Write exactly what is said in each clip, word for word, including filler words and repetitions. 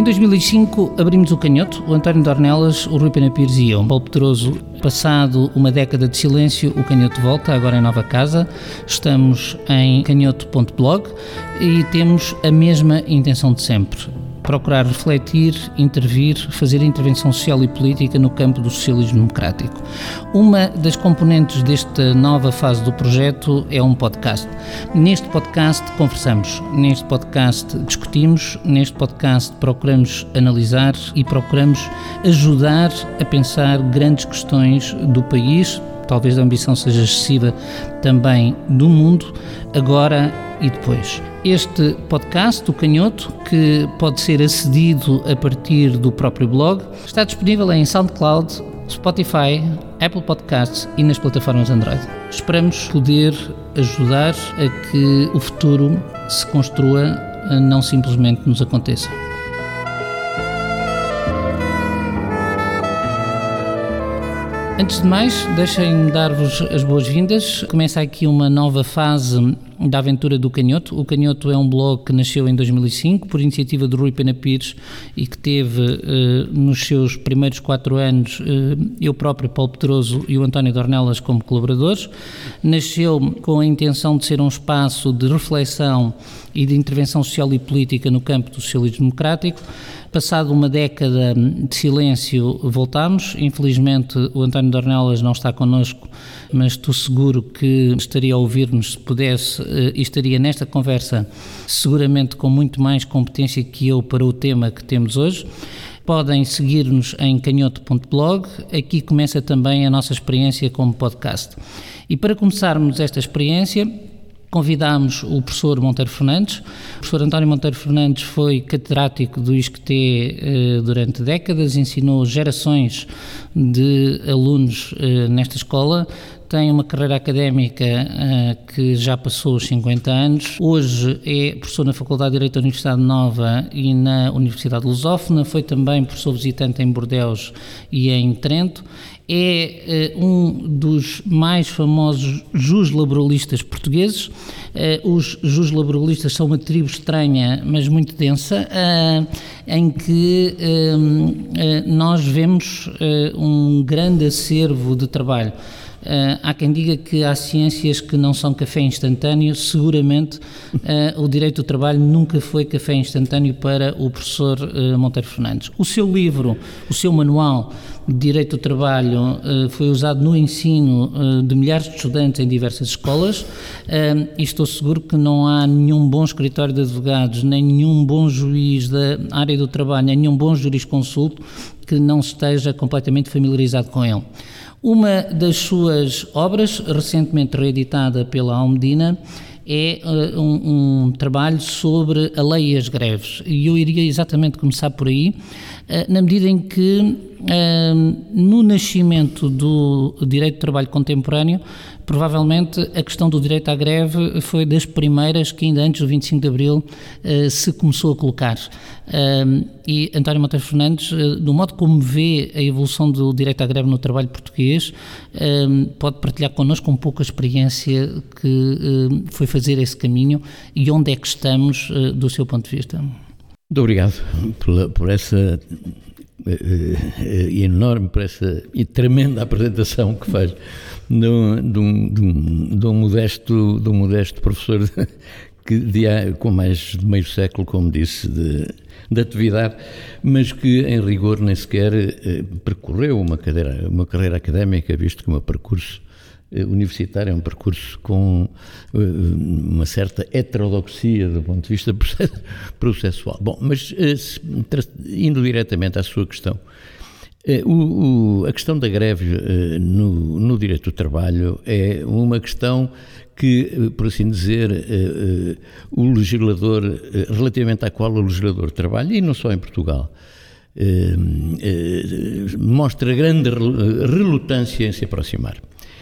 dois mil e cinco abrimos o Canhoto, o António de Ornelas, o Rui Pena Pires e eu, Paulo Pedroso. Passado uma década de silêncio, o Canhoto volta, agora em nova casa. Estamos em canhoto ponto blog e temos a mesma intenção de sempre: procurar refletir, intervir, fazer intervenção social e política no campo do socialismo democrático. Uma das componentes desta nova fase do projeto é um podcast. Neste podcast conversamos, neste podcast discutimos, neste podcast procuramos analisar e procuramos ajudar a pensar grandes questões do país. Talvez a ambição seja excessiva também do mundo, agora e depois. Este podcast, o Canhoto, que pode ser acedido a partir do próprio blog, está disponível em SoundCloud, Spotify, Apple Podcasts e nas plataformas Android. Esperamos poder ajudar a que o futuro se construa, não simplesmente nos aconteça. Antes de mais, deixem-me dar-vos as boas-vindas. Começa aqui uma nova fase da aventura do Canhoto. O Canhoto é um blog que nasceu em dois mil e cinco por iniciativa de Rui Pena Pires e que teve eh, nos seus primeiros quatro anos eh, eu próprio, Paulo Pedroso e o António de Ornelas como colaboradores. Nasceu com a intenção de ser um espaço de reflexão e de intervenção social e política no campo do socialismo democrático. Passado uma década de silêncio, voltámos. Infelizmente, o António de Ornelas não está connosco, mas estou seguro que estaria a ouvir-nos se pudesse e estaria nesta conversa seguramente com muito mais competência que eu para o tema que temos hoje. Podem seguir-nos em canhoto ponto blog. Aqui começa também a nossa experiência como podcast. E para começarmos esta experiência, convidámos o professor Monteiro Fernandes. O professor António Monteiro Fernandes foi catedrático do I S C T eh, durante décadas, ensinou gerações de alunos eh, nesta escola, tem uma carreira académica uh, que já passou os cinquenta anos. Hoje é professor na Faculdade de Direito da Universidade Nova e na Universidade Lusófona. Foi também professor visitante em Bordeus e em Trento. É uh, um dos mais famosos juslaboralistas portugueses. Uh, os juslaboralistas são uma tribo estranha, mas muito densa, uh, em que uh, uh, nós vemos uh, um grande acervo de trabalho. Uh, há quem diga que há ciências que não são café instantâneo. Seguramente uh, o direito do trabalho nunca foi café instantâneo para o professor uh, Monteiro Fernandes. O seu livro, o seu manual de direito do trabalho uh, foi usado no ensino uh, de milhares de estudantes em diversas escolas uh, e estou seguro que não há nenhum bom escritório de advogados, nem nenhum bom juiz da área do trabalho, nem nenhum bom jurisconsulto que não esteja completamente familiarizado com ele. Uma das suas obras, recentemente reeditada pela Almedina, é uh, um, um trabalho sobre a lei e as greves. E eu iria exatamente começar por aí, uh, na medida em que, uh, no nascimento do direito de trabalho contemporâneo, provavelmente a questão do direito à greve foi das primeiras que ainda antes do vinte e cinco de Abril uh, se começou a colocar. Uh, e António Monteiro Fernandes, uh, do modo como vê a evolução do direito à greve no trabalho português, uh, pode partilhar connosco um pouco a experiência que uh, foi fazer esse caminho e onde é que estamos uh, do seu ponto de vista. Muito obrigado por, por essa uh, enorme, por essa e tremenda apresentação que faz de um, de um, de um, de um, modesto, de um modesto professor que, de, com mais de meio século, como disse, de, de atividade, mas que em rigor nem sequer eh, percorreu uma, cadeira, uma carreira académica, visto que o meu percurso eh, universitário é um percurso com eh, uma certa heterodoxia do ponto de vista processual. Bom, mas eh, indo diretamente à sua questão, O, o, a questão da greve uh, no, no direito do trabalho é uma questão que, por assim dizer, uh, uh, o legislador, uh, relativamente à qual o legislador trabalha, e não só em Portugal, uh, uh, mostra grande relutância em se aproximar.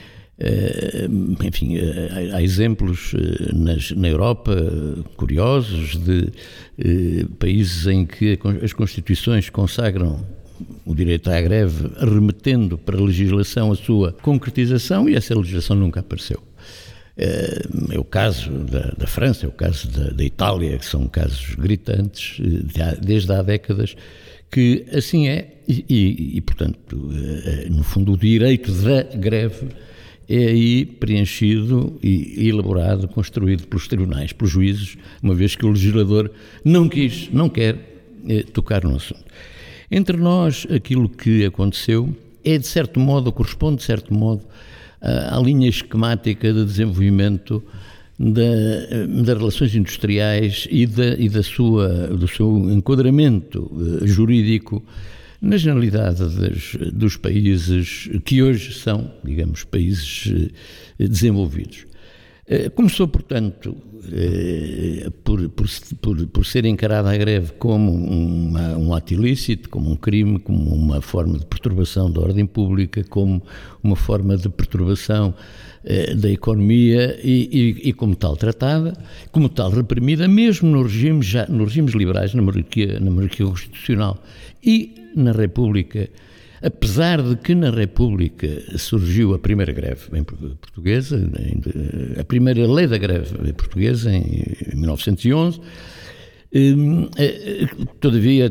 Uh, enfim, uh, há exemplos uh, nas, na Europa uh, curiosos de uh, países em que as constituições consagram o direito à greve, remetendo para a legislação a sua concretização, e essa legislação nunca apareceu. É o caso da, da França, é o caso da, da Itália, que são casos gritantes desde há décadas, que assim é, e, e, e portanto, no fundo, o direito da greve é aí preenchido e elaborado, construído pelos tribunais, pelos juízes, uma vez que o legislador não quis, não quer eh, tocar no assunto. Entre nós, aquilo que aconteceu é, de certo modo, corresponde, de certo modo, à, à linha esquemática de desenvolvimento da, das relações industriais e, da, e da sua, do seu enquadramento eh, jurídico na generalidade das, dos países que hoje são, digamos, países eh, desenvolvidos. Eh, começou, portanto, eh, por, por, por, por ser encarada a greve como uma, um ato ilícito, como um crime, como uma forma de perturbação da ordem pública, como uma forma de perturbação eh, da economia e, e, e como tal tratada, como tal reprimida, mesmo nos regimes, já, nos regimes liberais, na monarquia, na monarquia constitucional e na República, apesar de que na República surgiu a primeira greve portuguesa, a primeira lei da greve portuguesa em mil novecentos e onze, todavia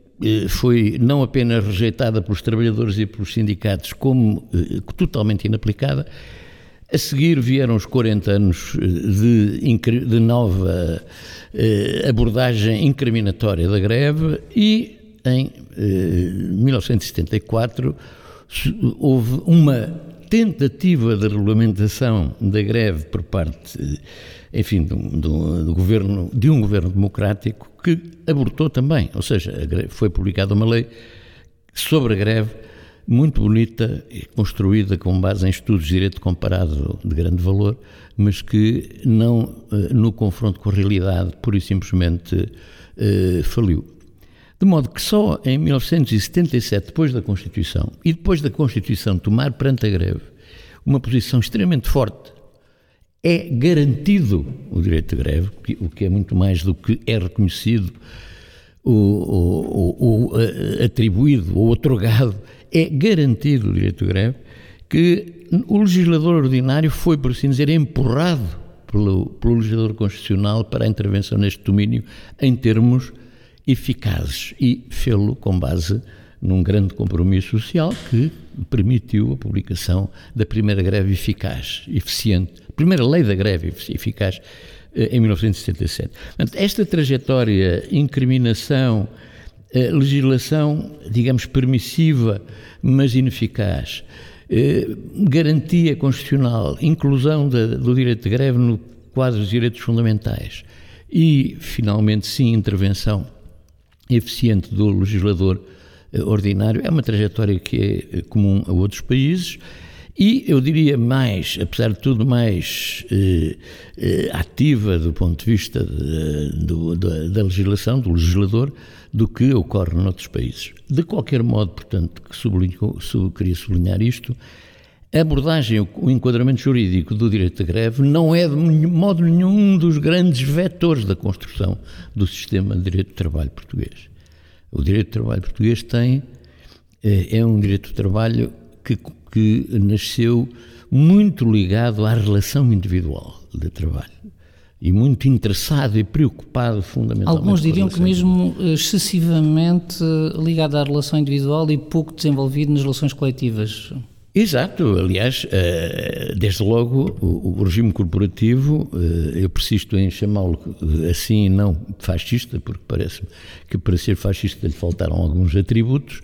foi não apenas rejeitada pelos trabalhadores e pelos sindicatos, como totalmente inaplicada. A seguir vieram os quarenta anos de, de nova abordagem incriminatória da greve e em eh, mil novecentos e setenta e quatro houve uma tentativa de regulamentação da greve por parte, enfim, do, do, do governo, de um governo democrático que abortou também, ou seja, a greve, foi publicada uma lei sobre a greve muito bonita, construída com base em estudos de direito comparado de grande valor, mas que não, no confronto com a realidade, pura e simplesmente eh, faliu. De modo que só em mil novecentos e setenta e sete, depois da Constituição, e depois da Constituição tomar perante a greve uma posição extremamente forte, é garantido o direito de greve, o que é muito mais do que é reconhecido, o, o, o, o atribuído ou otorgado, é garantido o direito de greve, que o legislador ordinário foi, por assim dizer, empurrado pelo, pelo legislador constitucional para a intervenção neste domínio em termos eficazes e fê-lo com base num grande compromisso social que permitiu a publicação da primeira greve eficaz, eficiente, a primeira lei da greve eficaz em mil novecentos e setenta e sete. Portanto, esta trajetória, incriminação, legislação, digamos, permissiva, mas ineficaz, garantia constitucional, inclusão do direito de greve no quadro dos direitos fundamentais e, finalmente, sim, intervenção eficiente do legislador ordinário, é uma trajetória que é comum a outros países e, eu diria mais, apesar de tudo, mais eh, eh, ativa do ponto de vista de, do, da, da legislação, do legislador, do que ocorre noutros países. De qualquer modo, portanto, que sublinho, sub, queria sublinhar isto, a abordagem, o enquadramento jurídico do direito de greve não é de modo nenhum um dos grandes vetores da construção do sistema de direito de trabalho português. O direito de trabalho português tem, é um direito de trabalho que, que nasceu muito ligado à relação individual de trabalho e muito interessado e preocupado fundamentalmente. Alguns diriam que mesmo excessivamente ligado à relação individual e pouco desenvolvido nas relações coletivas. Exato, aliás, desde logo o regime corporativo, eu persisto em chamá-lo assim, não fascista, porque parece-me que para ser fascista lhe faltaram alguns atributos.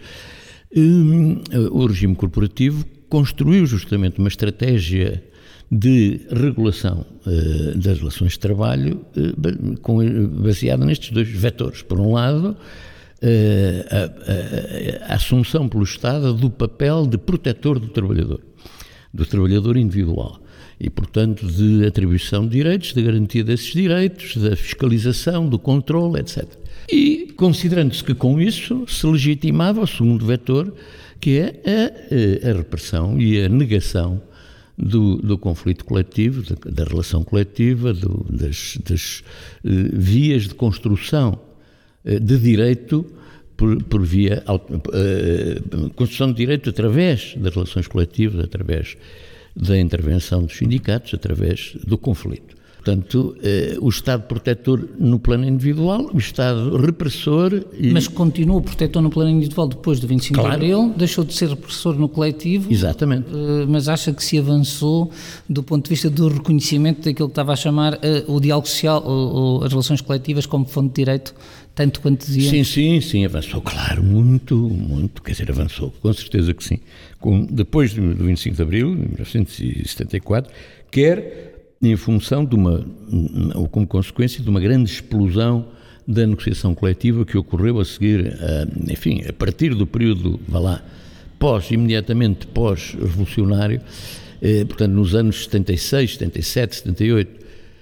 O regime corporativo construiu justamente uma estratégia de regulação das relações de trabalho baseada nestes dois vetores. Por um lado, A, a, a assunção pelo Estado do papel de protetor do trabalhador, do trabalhador individual e, portanto, de atribuição de direitos, de garantia desses direitos, da fiscalização, do controle, etcétera. E considerando-se que com isso se legitimava o segundo vetor, que é a, a repressão e a negação do, do conflito coletivo, da, da relação coletiva, do, das, das uh, vias de construção de direito por, por via uh, construção de direito através das relações coletivas, através da intervenção dos sindicatos através do conflito. Portanto, eh, o Estado protetor no plano individual, o Estado repressor... E... Mas continua protetor no plano individual depois do vinte e cinco claro. de Abril, deixou de ser repressor no coletivo. Exatamente. Eh, mas acha que se avançou do ponto de vista do reconhecimento daquilo que estava a chamar eh, o diálogo social ou, ou as relações coletivas como fonte de direito, tanto quanto dizia? Sim, sim, sim, avançou, claro, muito, muito, quer dizer, avançou, com certeza que sim. Com, depois do vinte e cinco de Abril, de mil novecentos e setenta e quatro, quer... em função de uma, ou como consequência de uma grande explosão da negociação coletiva que ocorreu a seguir, a, enfim, a partir do período, vá lá, pós, imediatamente pós-revolucionário, eh, portanto, nos anos setenta e seis, setenta e sete, setenta e oito,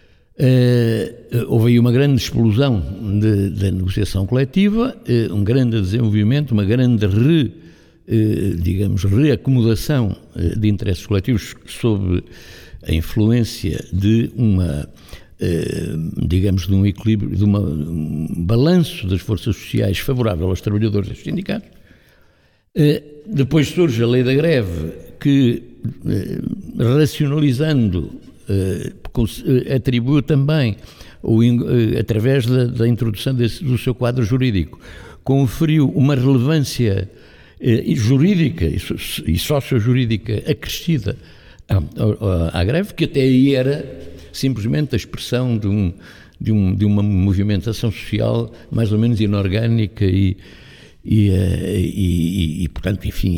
eh, houve aí uma grande explosão de, da negociação coletiva, eh, um grande desenvolvimento, uma grande re, eh, digamos, reacomodação eh, de interesses coletivos sob a influência de uma, eh, digamos, de um equilíbrio, de uma, um balanço das forças sociais favorável aos trabalhadores e aos sindicatos. Eh, depois surge a lei da greve, que, eh, racionalizando, eh, atribuiu também, ou, eh, através da, da introdução desse, do seu quadro jurídico, conferiu uma relevância eh, jurídica e socio-jurídica acrescida à greve, que até aí era simplesmente a expressão de, um, de, um, de uma movimentação social mais ou menos inorgânica e, e, e, e portanto, enfim,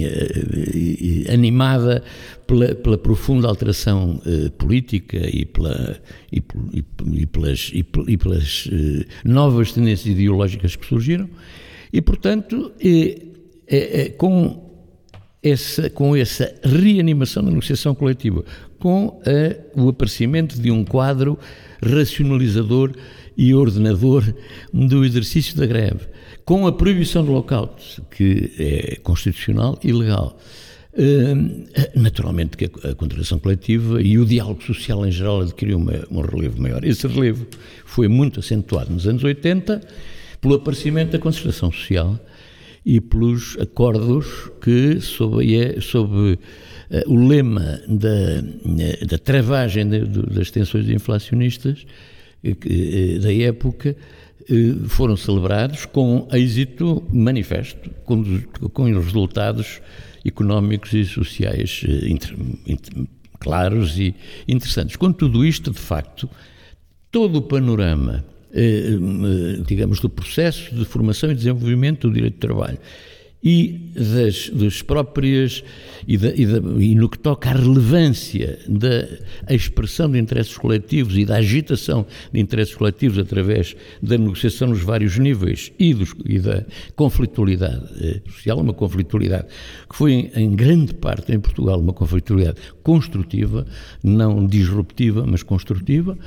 animada pela, pela profunda alteração uh, política e, pela, e, e, pelas, e, e pelas uh, novas tendências ideológicas que surgiram e, portanto, é, é, é, com Essa, com essa reanimação da negociação coletiva, com a, o aparecimento de um quadro racionalizador e ordenador do exercício da greve, com a proibição do lockout, que é constitucional e legal. Naturalmente que a contratação coletiva e o diálogo social em geral adquiriu uma, um relevo maior. Esse relevo foi muito acentuado nos anos oitenta pelo aparecimento da concertação social e pelos acordos que, sob, sob uh, o lema da, da travagem de, de, das tensões inflacionistas uh, da época, uh, foram celebrados com êxito manifesto, com, com os resultados económicos e sociais uh, inter, inter, claros e interessantes. Com tudo isto, de facto, todo o panorama, digamos, do processo de formação e desenvolvimento do direito de trabalho e das, das próprias e, da, e, da, e no que toca à relevância da expressão de interesses coletivos e da agitação de interesses coletivos através da negociação nos vários níveis e, dos, e da conflitualidade social, uma conflitualidade que foi em grande parte em Portugal uma conflitualidade construtiva, não disruptiva, mas construtiva.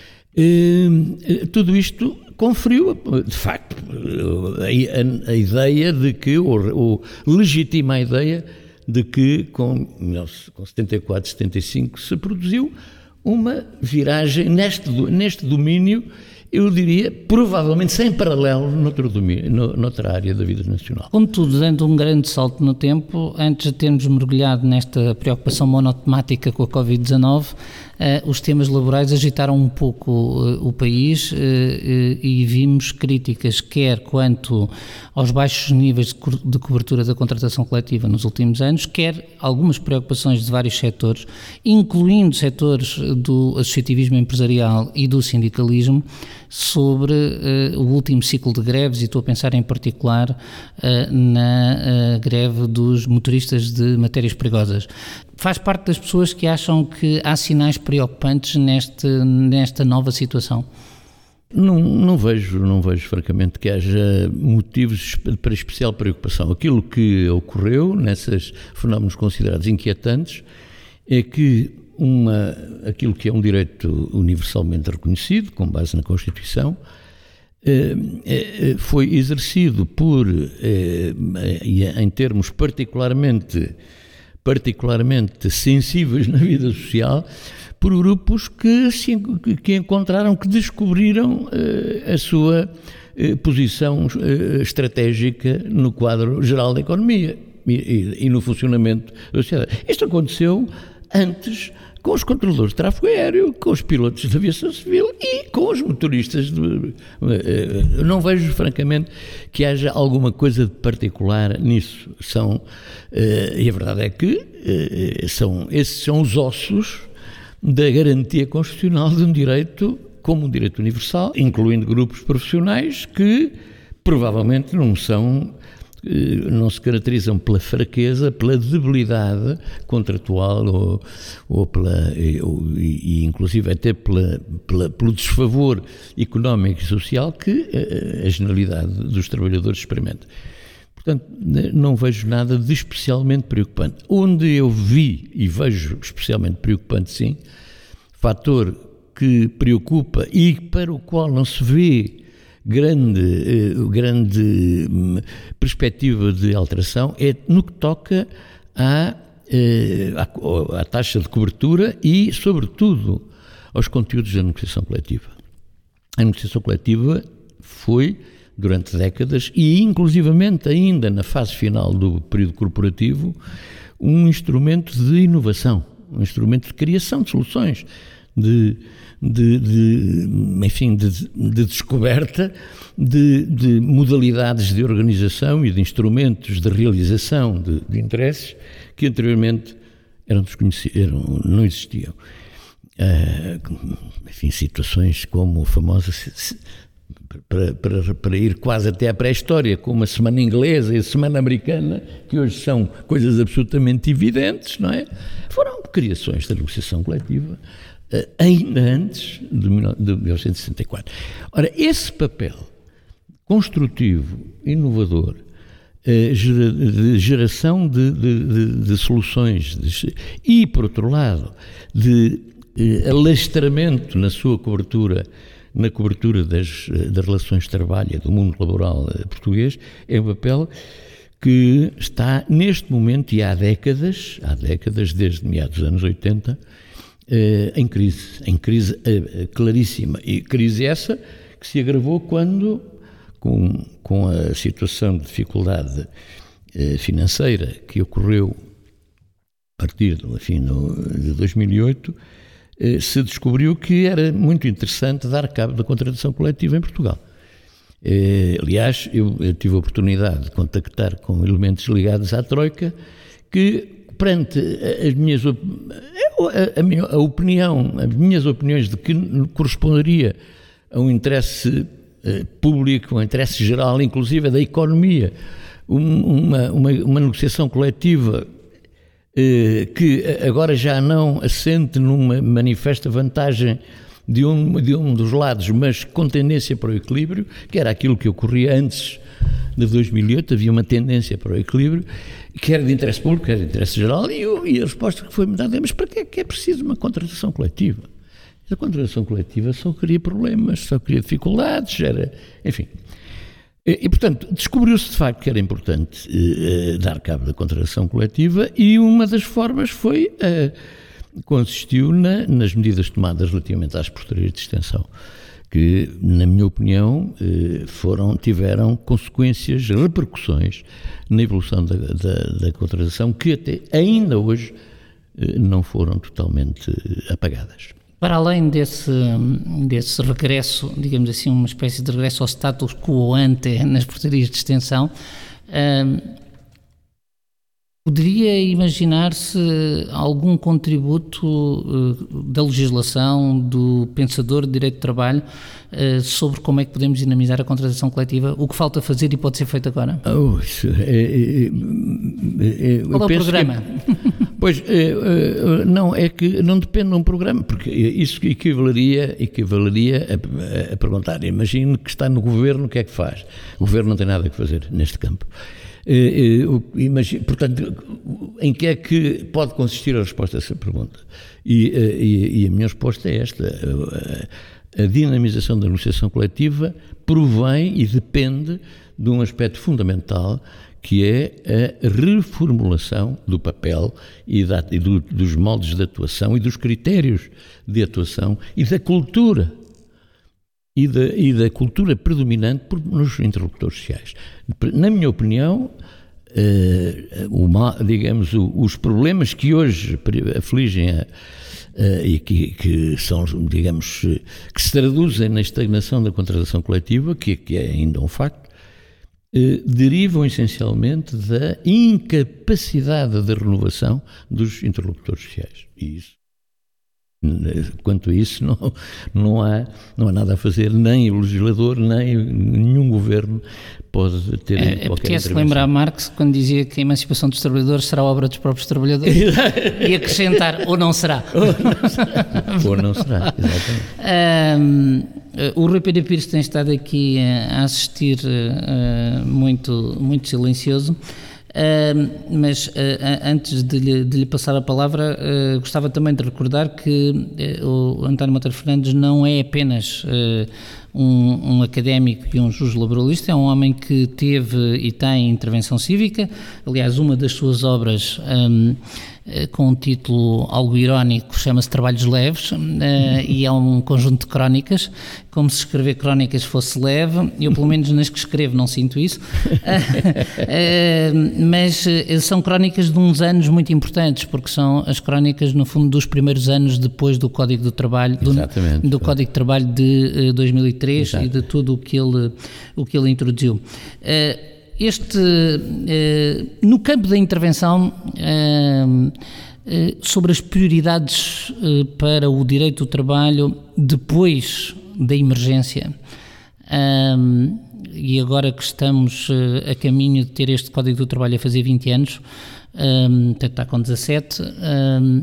Uh, tudo isto conferiu, de facto, a, a, a ideia de que, ou, ou legitima a ideia de que com, com setenta e quatro, setenta e cinco se produziu uma viragem neste, neste domínio, eu diria, provavelmente sem paralelo noutro domínio, noutra área da vida nacional. Contudo, dando um grande salto no tempo, antes de termos mergulhado nesta preocupação monotemática com a covid dezanove, Uh, os temas laborais agitaram um pouco uh, o país uh, uh, e vimos críticas quer quanto aos baixos níveis de, co- de cobertura da contratação coletiva nos últimos anos, quer algumas preocupações de vários setores, incluindo setores do associativismo empresarial e do sindicalismo, sobre uh, o último ciclo de greves, e estou a pensar em particular uh, na uh, greve dos motoristas de matérias perigosas. Faz parte das pessoas que acham que há sinais preocupantes neste, nesta nova situação? Não, não vejo, não vejo francamente que haja motivos para especial preocupação. Aquilo que ocorreu nesses fenómenos considerados inquietantes é que uma, aquilo que é um direito universalmente reconhecido, com base na Constituição, foi exercido por, em termos particularmente particularmente sensíveis na vida social, por grupos que, que encontraram, que descobriram uh, a sua uh, posição uh, estratégica no quadro geral da economia e, e, e no funcionamento da sociedade. Isto aconteceu antes com os controladores de tráfego aéreo, com os pilotos de aviação civil e com os motoristas. De, eu não vejo, francamente, que haja alguma coisa de particular nisso. São, e a verdade é que são, esses são os ossos da garantia constitucional de um direito como um direito universal, incluindo grupos profissionais que provavelmente não são, não se caracterizam pela fraqueza, pela debilidade contratual ou, ou pela, ou, e, e inclusive até pela, pela, pelo desfavor económico e social que a, a generalidade dos trabalhadores experimenta. Portanto, não vejo nada de especialmente preocupante. Onde eu vi e vejo especialmente preocupante, sim, fator que preocupa e para o qual não se vê grande, grande perspectiva de alteração é no que toca à, à, à taxa de cobertura e, sobretudo, aos conteúdos da negociação coletiva. A negociação coletiva foi, durante décadas, e inclusivamente ainda na fase final do período corporativo, um instrumento de inovação, um instrumento de criação de soluções, de, de, de enfim, de, de descoberta de, de modalidades de organização e de instrumentos de realização de, de interesses que anteriormente eram desconhecidos, eram, não existiam. Uh, enfim, situações como a famosa... Para, para, para ir quase até à pré-história, como a semana inglesa e a semana americana, que hoje são coisas absolutamente evidentes, não é? Foram criações da negociação coletiva ainda antes de mil novecentos e sessenta e quatro. Ora, esse papel construtivo, inovador, de geração de, de, de, de soluções de, e, por outro lado, de alastramento na sua cobertura na cobertura das, das relações de trabalho e do mundo laboral português, é um papel que está neste momento e há décadas, há décadas, desde meados dos anos oitenta, eh, em crise, em crise eh, claríssima. E crise essa que se agravou quando, com, com a situação de dificuldade eh, financeira que ocorreu a partir enfim, no, de dois mil e oito, se descobriu que era muito interessante dar cabo da contratação coletiva em Portugal. Aliás, eu, eu tive a oportunidade de contactar com elementos ligados à Troika que, perante as minhas a, a, minha, a opinião, as minhas opiniões de que corresponderia a um interesse público, um interesse geral, inclusive da economia, uma, uma, uma negociação coletiva que agora já não assente numa manifesta vantagem de um, de um dos lados, mas com tendência para o equilíbrio, que era aquilo que ocorria antes de dois mil e oito, havia uma tendência para o equilíbrio, que era de interesse público, que era de interesse geral, e, eu, e a resposta que foi-me dada é: mas para que é que é preciso uma contratação coletiva? A contratação coletiva só cria problemas, só cria dificuldades, era, enfim... E, portanto, descobriu-se de facto que era importante eh, dar cabo da contratação coletiva e uma das formas foi, eh, consistiu na, nas medidas tomadas relativamente às portarias de extensão, que, na minha opinião, eh, foram, tiveram consequências, repercussões na evolução da, da, da contratação que até ainda hoje eh, não foram totalmente apagadas. Para além desse, desse regresso, digamos assim, uma espécie de regresso ao status quo ante nas portarias de extensão, hum, poderia imaginar-se algum contributo uh, da legislação, do pensador de direito de trabalho, uh, sobre como é que podemos dinamizar a contratação coletiva? O que falta fazer e pode ser feito agora? Oh, isso é, é, é, Qual é o programa? Que, pois, é, não, é que não depende de um programa, porque isso equivaleria, equivaleria a, a perguntar, imagine que está no governo, o que é que faz? O governo não tem nada a fazer neste campo. Imagina, portanto, em que é que pode consistir a resposta a essa pergunta? E, e, e a minha resposta é esta: a, a dinamização da negociação coletiva provém e depende de um aspecto fundamental, que é a reformulação do papel e, da, e do, dos moldes de atuação e dos critérios de atuação e da cultura. E da, e da cultura predominante por, nos interlocutores sociais. Na minha opinião, uh, o, digamos, o, os problemas que hoje afligem a, uh, e que, que são, digamos, que se traduzem na estagnação da contratação coletiva, que, que é ainda um facto, uh, derivam essencialmente da incapacidade de renovação dos interlocutores sociais. E isso, quanto a isso, não, não, há, não há nada a fazer, nem o legislador, nem nenhum governo pode ter é, qualquer é porque é se lembrar Marx quando dizia que a emancipação dos trabalhadores será obra dos próprios trabalhadores e acrescentar, ou não será. Ou não será, ou não será, exatamente. Um, o Rui Pedro Pires tem estado aqui a assistir uh, muito, muito silencioso. Uh, mas uh, antes de lhe, de lhe passar a palavra, uh, gostava também de recordar que uh, o António Monteiro Fernandes não é apenas uh, um, um académico e um juiz laboralista, é um homem que teve e tem intervenção cívica. Aliás, uma das suas obras, um, com um título algo irónico, chama-se Trabalhos Leves, uh, e é um conjunto de crónicas, como se escrever crónicas fosse leve. Eu, pelo menos nas que escrevo, não sinto isso, uh, uh, mas uh, são crónicas de uns anos muito importantes, porque são as crónicas, no fundo, dos primeiros anos depois do Código do Trabalho, do, do Código de Trabalho de uh, dois mil e três. Exato. E de tudo o que ele, o que ele introduziu. Uh, Este, eh, no campo da intervenção, eh, eh, sobre as prioridades eh, para o direito do trabalho depois da emergência, eh, e agora que estamos eh, a caminho de ter este Código do Trabalho a fazer vinte anos, eh, está com dezassete, eh,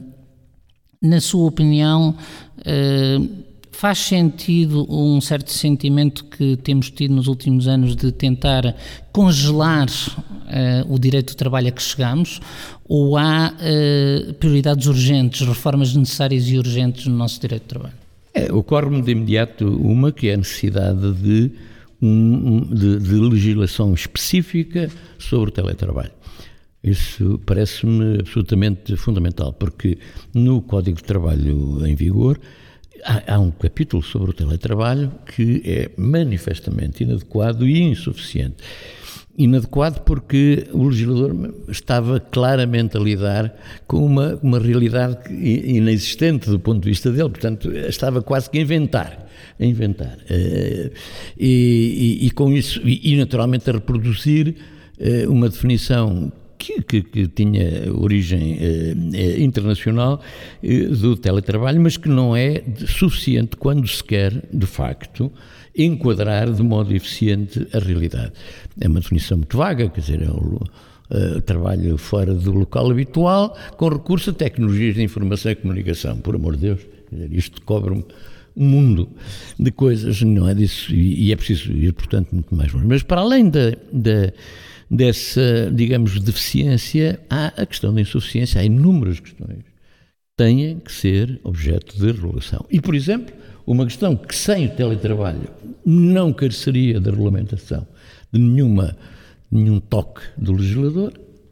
na sua opinião, eh, faz sentido um certo sentimento que temos tido nos últimos anos de tentar congelar uh, o direito do trabalho a que chegamos, ou há uh, prioridades urgentes, reformas necessárias e urgentes no nosso direito de trabalho? É, ocorre-me de imediato uma, que é a necessidade de, um, de, de legislação específica sobre o teletrabalho. Isso parece-me absolutamente fundamental, porque no Código de Trabalho em vigor há um capítulo sobre o teletrabalho que é manifestamente inadequado e insuficiente. Inadequado porque o legislador estava claramente a lidar com uma, uma realidade inexistente do ponto de vista dele, portanto estava quase que a inventar, a inventar. E, e, e com isso, e naturalmente a reproduzir uma definição Que, que, que tinha origem eh, internacional eh, do teletrabalho, mas que não é suficiente quando se quer, de facto, enquadrar de modo eficiente a realidade. É uma definição muito vaga, quer dizer, é o uh, trabalho fora do local habitual, com recurso a tecnologias de informação e comunicação, por amor de Deus. Quer dizer, isto cobre um mundo de coisas, não é disso, e, e é preciso ir, portanto, muito mais longe. Mas para além da... da dessa, digamos, deficiência, há a questão da insuficiência, há inúmeras questões que têm que ser objeto de regulação. E, por exemplo, uma questão que sem o teletrabalho não careceria da regulamentação de nenhuma, nenhum toque do legislador,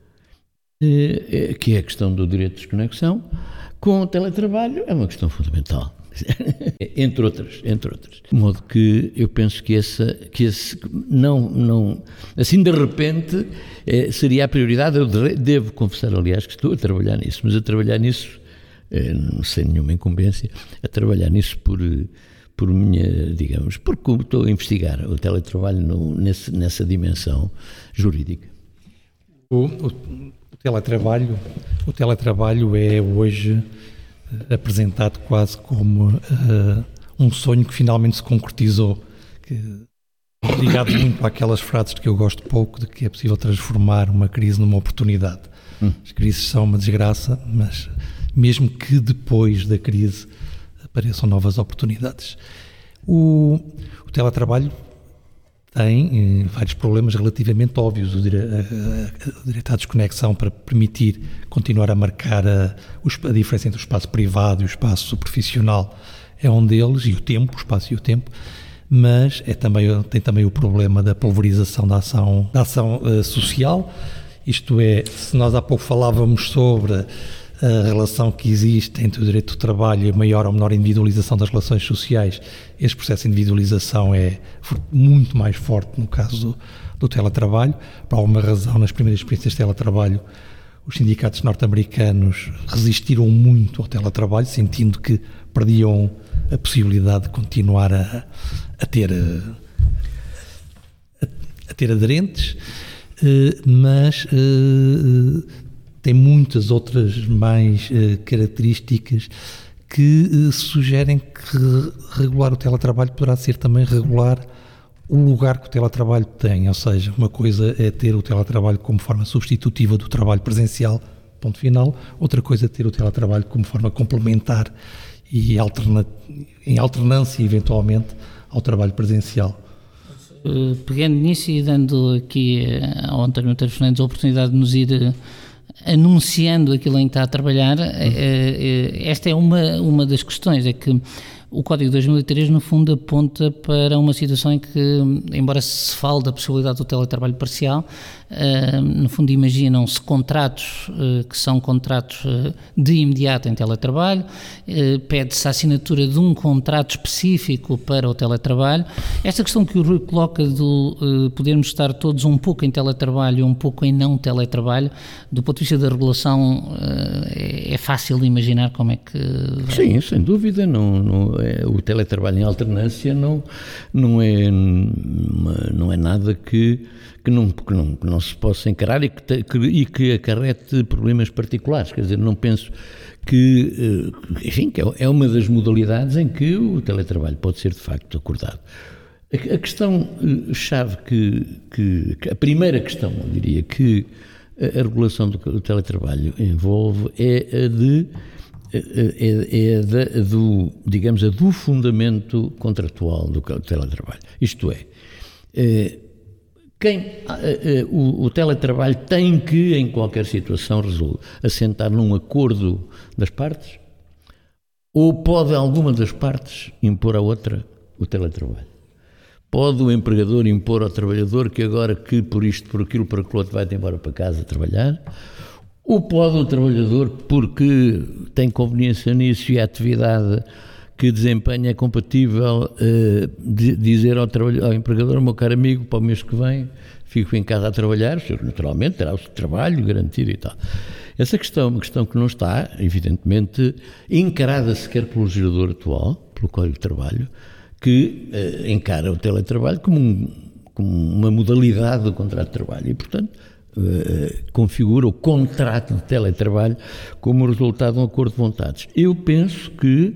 que é a questão do direito de desconexão, com o teletrabalho é uma questão fundamental. entre outras, entre outras. De modo que eu penso que essa, que esse, não, não, assim de repente eh, seria a prioridade. Eu devo confessar, aliás, que estou a trabalhar nisso, mas a trabalhar nisso, eh, sem nenhuma incumbência, a trabalhar nisso por, por minha, digamos, porque estou a investigar o teletrabalho no, nesse, nessa dimensão jurídica. O, o, o teletrabalho, o teletrabalho é hoje apresentado quase como uh, um sonho que finalmente se concretizou, que, ligado muito àquelas frases que eu gosto pouco, de que é possível transformar uma crise numa oportunidade. Hum. As crises são uma desgraça, mas mesmo que depois da crise apareçam novas oportunidades. O, o teletrabalho tem eh, vários problemas relativamente óbvios. O, dire, a, a, o direito à desconexão, para permitir continuar a marcar a, a diferença entre o espaço privado e o espaço profissional, é um deles, e o tempo, o espaço e o tempo, mas é também, tem também o problema da pulverização da ação, da ação uh, social. Isto é, se nós há pouco falávamos sobre a relação que existe entre o direito do trabalho e a maior ou menor individualização das relações sociais, este processo de individualização é muito mais forte no caso do, do teletrabalho. Por alguma razão, nas primeiras experiências de teletrabalho, os sindicatos norte-americanos resistiram muito ao teletrabalho, sentindo que perdiam a possibilidade de continuar a, a ter a, a ter aderentes, mas tem muitas outras mais características que sugerem que regular o teletrabalho poderá ser também regular o lugar que o teletrabalho tem, ou seja, uma coisa é ter o teletrabalho como forma substitutiva do trabalho presencial, ponto final, outra coisa é ter o teletrabalho como forma complementar e alterna, em alternância, eventualmente, ao trabalho presencial. Pegando nisso e dando aqui ao António Monteiro Fernandes a oportunidade de nos ir anunciando aquilo em que está a trabalhar, esta é uma, uma das questões, é que o Código de dois mil e três, no fundo, aponta para uma situação em que, embora se fale da possibilidade do teletrabalho parcial, uh, no fundo imaginam-se contratos uh, que são contratos uh, de imediato em teletrabalho, uh, pede-se a assinatura de um contrato específico para o teletrabalho. Esta questão que o Rui coloca de uh, podermos estar todos um pouco em teletrabalho e um pouco em não teletrabalho, do ponto de vista da regulação, uh, é, é fácil de imaginar como é que... Vai... Sim, sem dúvida, não... não... O teletrabalho em alternância não, não, é, não é nada que, que, não, que, não, que não se possa encarar e que, que, e que acarrete problemas particulares. Quer dizer, não penso que, enfim, que é uma das modalidades em que o teletrabalho pode ser de facto acordado. A, a questão-chave que, que, a primeira questão, eu diria, que a regulação do, do teletrabalho envolve é a de é, é da, do, digamos, a do fundamento contratual do teletrabalho. Isto é, é quem, o, o teletrabalho tem que, em qualquer situação, resolver, assentar num acordo das partes, ou pode alguma das partes impor à outra o teletrabalho? Pode o empregador impor ao trabalhador que agora que por isto, por aquilo, por aquilo outro vai-te embora para casa trabalhar? Ou pode o trabalhador, porque tem conveniência nisso e a atividade que desempenha é compatível, uh, de, dizer ao, ao empregador, meu caro amigo, para o mês que vem fico em casa a trabalhar, o senhor naturalmente terá o seu trabalho garantido e tal. Essa questão é uma questão que não está, evidentemente, encarada sequer pelo legislador atual, pelo Código de Trabalho, que uh, encara o teletrabalho como, um, como uma modalidade do contrato de trabalho e, portanto, uh, configura o contrato de teletrabalho como resultado de um acordo de vontades. Eu penso que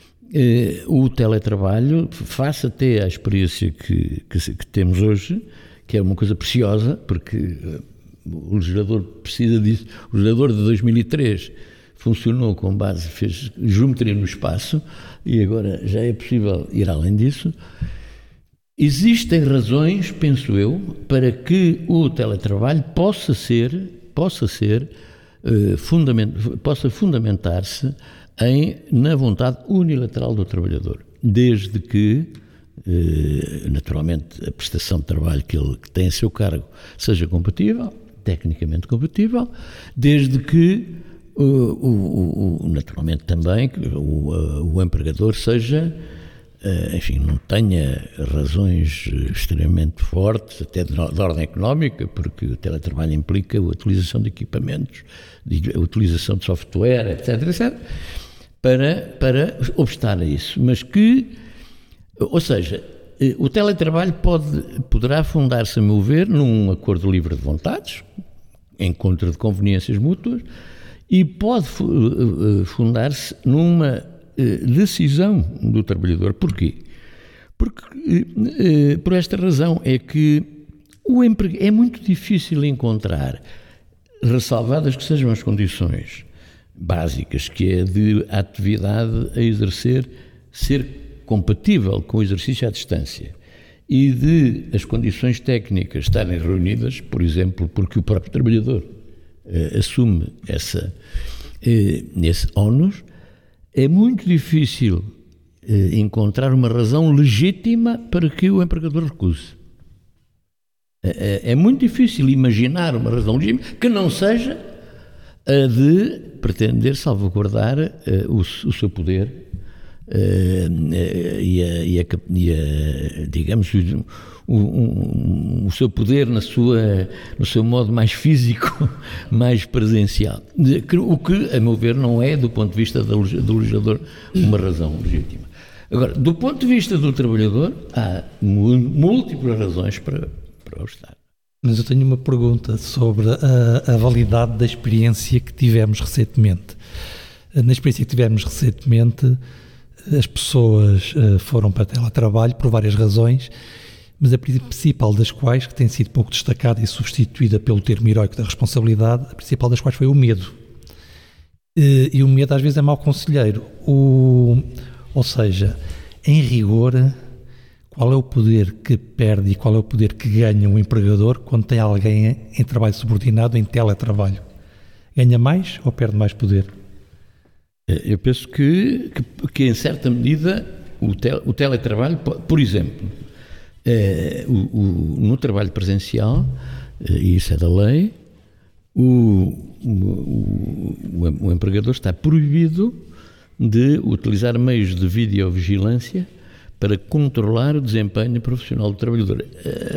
uh, o teletrabalho, face até à experiência que, que, que temos hoje, que é uma coisa preciosa, porque uh, o legislador precisa disso, o legislador de dois mil e três funcionou com base, fez geometria no espaço e agora já é possível ir além disso. Existem razões, penso eu, para que o teletrabalho possa ser, possa ser, uh, fundament, possa fundamentar-se em, na vontade unilateral do trabalhador, desde que, uh, naturalmente, a prestação de trabalho que ele que tem a seu cargo seja compatível, tecnicamente compatível, desde que O, o, o, naturalmente também que o, o empregador seja, enfim, não tenha razões extremamente fortes, até de, de ordem económica, porque o teletrabalho implica a utilização de equipamentos, a utilização de software, etc, etcétera, para, para obstar a isso. Mas que, ou seja, o teletrabalho pode, poderá fundar-se, a meu ver, num acordo livre de vontades, encontro de conveniências mútuas, e pode fundar-se numa decisão do trabalhador. Porquê? Porque, por esta razão, é que o emprego é muito difícil encontrar, ressalvadas que sejam as condições básicas, que é de a atividade a exercer ser compatível com o exercício à distância e de as condições técnicas estarem reunidas, por exemplo, porque o próprio trabalhador Uh, assume essa, uh, esse ónus, é muito difícil uh, encontrar uma razão legítima para que o empregador recuse. Uh, uh, é muito difícil imaginar uma razão legítima que não seja a de pretender salvaguardar uh, o, o seu poder e, a, e, a, e a, digamos, o, o, o seu poder na sua, no seu modo mais físico, mais presencial. O que, a meu ver, não é, do ponto de vista do legislador, uma razão legítima. Agora, do ponto de vista do trabalhador, há múltiplas razões para, para o Estado. Mas eu tenho uma pergunta sobre a, a validade da experiência que tivemos recentemente. Na experiência que tivemos recentemente, as pessoas foram para teletrabalho por várias razões, mas a principal das quais, que tem sido pouco destacada e substituída pelo termo heroico da responsabilidade, a principal das quais foi o medo. E o medo às vezes é mau conselheiro. O... Ou seja, em rigor, qual é o poder que perde e qual é o poder que ganha um empregador quando tem alguém em trabalho subordinado, em teletrabalho? Ganha mais ou perde mais poder? Eu penso que, que, que em certa medida, o, tel, o teletrabalho, por exemplo, é, o, o, no trabalho presencial, e isso é da lei, o, o, o, o empregador está proibido de utilizar meios de videovigilância para controlar o desempenho profissional do trabalhador.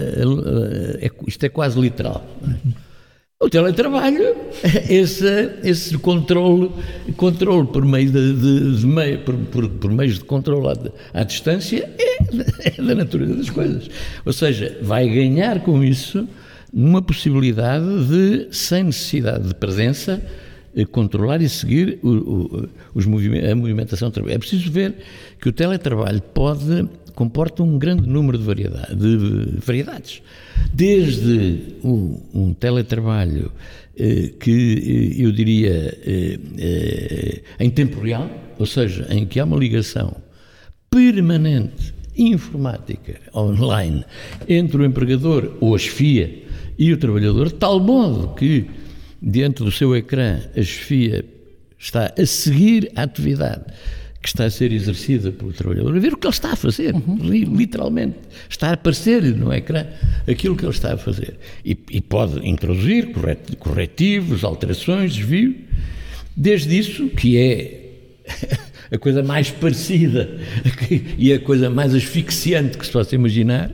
Isto é quase literal. Não é? O teletrabalho, esse, esse controle, controle por meio de, de, de meio, por, por, por meios de controle à, à distância é, é da natureza das coisas. Ou seja, vai ganhar com isso uma possibilidade de, sem necessidade de presença, controlar e seguir o, o, os movimentos, a movimentação do trabalho. É preciso ver que o teletrabalho pode, comporta um grande número de, variedade, de variedades. Desde um, um teletrabalho eh, que eu diria eh, eh, em tempo real, ou seja, em que há uma ligação permanente, informática, online, entre o empregador ou a chefia e o trabalhador, de tal modo que diante do seu ecrã, a chefia está a seguir a atividade que está a ser exercida pelo trabalhador, a ver o que ele está a fazer, uhum. literalmente. Está a aparecer no ecrã aquilo que ele está a fazer. E, e pode introduzir corretivos, alterações, desvio. Desde isso, que é a coisa mais parecida e a coisa mais asfixiante que se possa imaginar,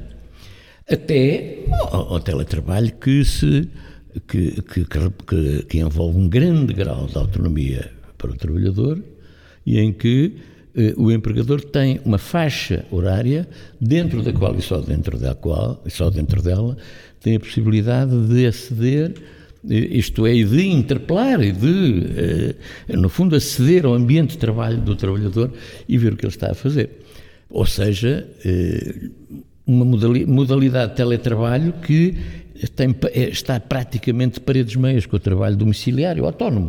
até ao, ao teletrabalho que se... Que, que, que, que envolve um grande grau de autonomia para o trabalhador e em que eh, o empregador tem uma faixa horária dentro da qual e só dentro da qual e só dentro dela tem a possibilidade de aceder, eh, isto é, de interpelar e de, eh, no fundo, aceder ao ambiente de trabalho do trabalhador e ver o que ele está a fazer. Ou seja, eh, uma modalidade de teletrabalho que Tem, está praticamente de paredes meias com o trabalho domiciliário autónomo.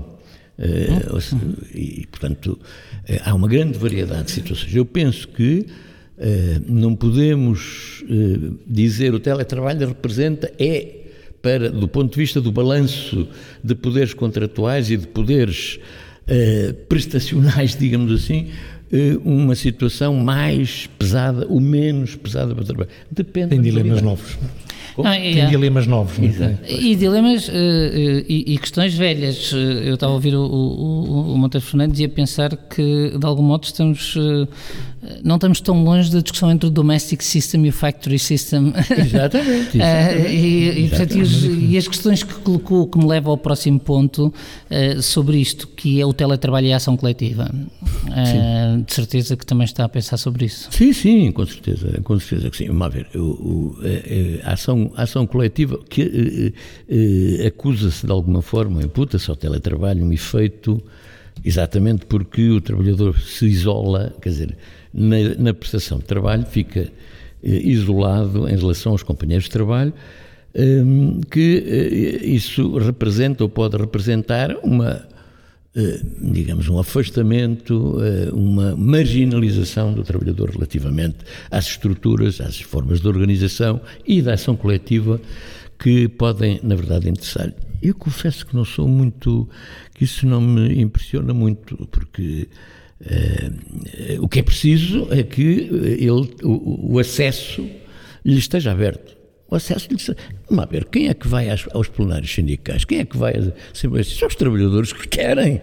Uh, e, portanto, uh, há uma grande variedade de situações. Eu penso que uh, não podemos uh, dizer o teletrabalho representa, é, para, do ponto de vista do balanço de poderes contratuais e de poderes uh, prestacionais, digamos assim, uh, uma situação mais pesada ou menos pesada para o trabalho. Depende. Tem dilemas novos. Ah, Tem é. dilemas novos. Exato. E dilemas uh, e, e questões velhas. Eu estava a ouvir o, o, o Monteiro Fernandes e a pensar que, de algum modo, estamos, uh, não estamos tão longe da discussão entre o domestic system e o factory system. Exatamente. exatamente. uh, e, e, portanto, e, os, e as questões que colocou, que me leva ao próximo ponto uh, sobre isto, que é o teletrabalho e a ação coletiva. Uh, de certeza que também está a pensar sobre isso. Sim, sim, com certeza, com certeza que sim. Vamos ver, o, o, a, a ação A ação coletiva que eh, eh, acusa-se de alguma forma, imputa-se ao teletrabalho um efeito exatamente porque o trabalhador se isola, quer dizer, na, na prestação de trabalho fica eh, isolado em relação aos companheiros de trabalho, eh, que eh, isso representa ou pode representar uma, eh, digamos, um afastamento, eh, uma marginalização do trabalhador relativamente às estruturas, às formas de organização e da ação coletiva que podem, na verdade, interessar. Eu confesso que não sou muito, que isso não me impressiona muito, porque eh, o que é preciso é que ele, o, o acesso lhe esteja aberto. O acesso lhe esteja... Vamos ver, quem é que vai aos, aos plenários sindicais? Quem é que vai às assembleias? São os trabalhadores que querem.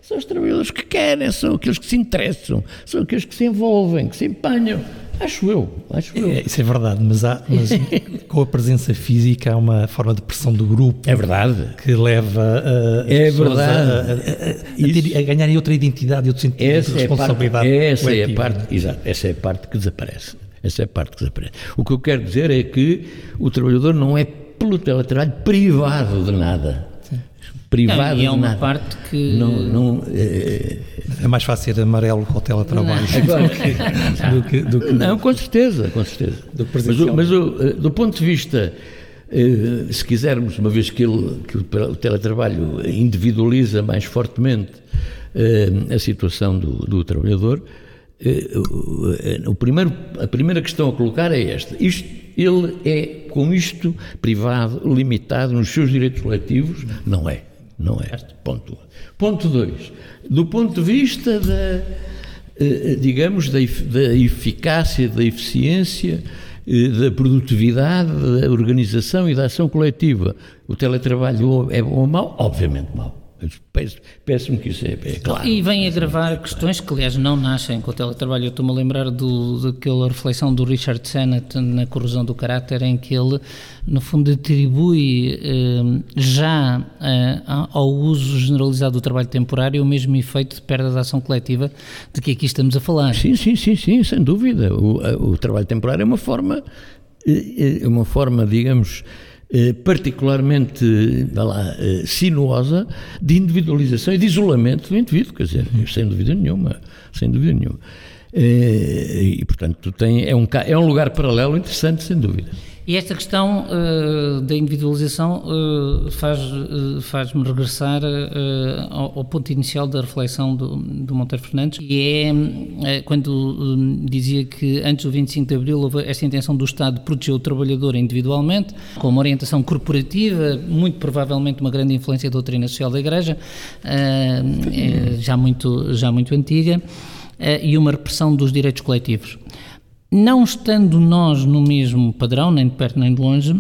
São os trabalhadores que querem, são aqueles que se interessam, são aqueles que se envolvem, que se empenham. Acho eu, acho eu. É, isso é verdade, mas, há, mas com a presença física há uma forma de pressão do grupo. É verdade. Que leva a, é verdade. A, a, a, a, a ganharem outra identidade, outro sentido essa de responsabilidade. É parte, essa coletiva. é a parte, exato, essa é a parte que desaparece. Essa é a parte que desaparece. O que eu quero dizer é que o trabalhador não é, pelo teletrabalho, privado de nada. Privado não, e é uma nada. parte que... Não, não, é... é mais fácil ser amarelo com o teletrabalho Agora, do, que, do, que, do que... Não, com certeza, com certeza. Do mas, o, mas o, do ponto de vista, se quisermos, uma vez que, ele, que o teletrabalho individualiza mais fortemente a situação do, do trabalhador, o primeiro, a primeira questão a colocar é esta. Isto, ele é, com isto, privado, limitado nos seus direitos coletivos? Não é. Não é. Ponto um. Ponto dois. Do ponto de vista da, digamos, da, da eficácia, da eficiência, da produtividade, da organização e da ação coletiva, o teletrabalho é bom ou mau? Obviamente mau. Peço-me que isso é, é claro. E vem agravar questões que, aliás, não nascem com o teletrabalho. Eu estou-me a lembrar do, daquela reflexão do Richard Sennett na corrosão do caráter, em que ele, no fundo, atribui eh, já eh, ao uso generalizado do trabalho temporário o mesmo efeito de perda da ação coletiva de que aqui estamos a falar. Sim, sim, sim, sim, sem dúvida. O, o trabalho temporário é uma forma, é uma forma, digamos, particularmente lá, sinuosa de individualização e de isolamento do indivíduo, quer dizer, sem dúvida nenhuma, sem dúvida nenhuma. E, portanto, tem, é, um, é um lugar paralelo interessante, sem dúvida. E esta questão uh, da individualização uh, faz, uh, faz-me regressar uh, ao, ao ponto inicial da reflexão do, do Monteiro Fernandes, e é uh, quando uh, dizia que antes do vinte e cinco de Abril houve esta intenção do Estado de proteger o trabalhador individualmente, com uma orientação corporativa, muito provavelmente uma grande influência da doutrina social da Igreja, uh, é já, muito, já muito antiga, uh, e uma repressão dos direitos coletivos. Não estando nós no mesmo padrão, nem de perto nem de longe,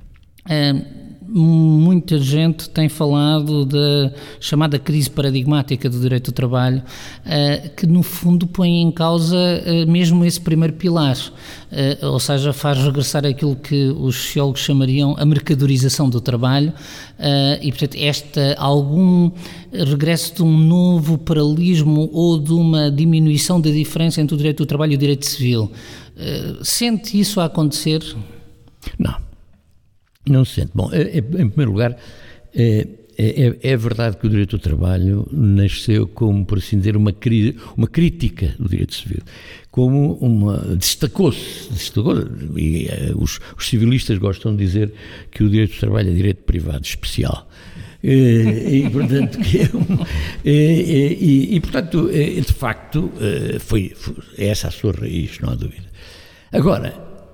muita gente tem falado da chamada crise paradigmática do direito do trabalho, que no fundo põe em causa mesmo esse primeiro pilar, ou seja, faz regressar aquilo que os sociólogos chamariam a mercadorização do trabalho, e portanto esta, algum regresso de um novo paralelismo ou de uma diminuição da diferença entre o direito do trabalho e o direito civil. Sente isso a acontecer? Não. Não se sente. Bom, é, é, em primeiro lugar, é, é, é verdade que o direito do trabalho nasceu como, por assim dizer, uma, cri, uma crítica do direito civil, como uma, destacou-se, destacou e é, os, os civilistas gostam de dizer que o direito do trabalho é direito privado especial. E, e portanto, que é um, e, e, e, portanto de facto, foi, foi essa a sua raiz, não há dúvida. Agora,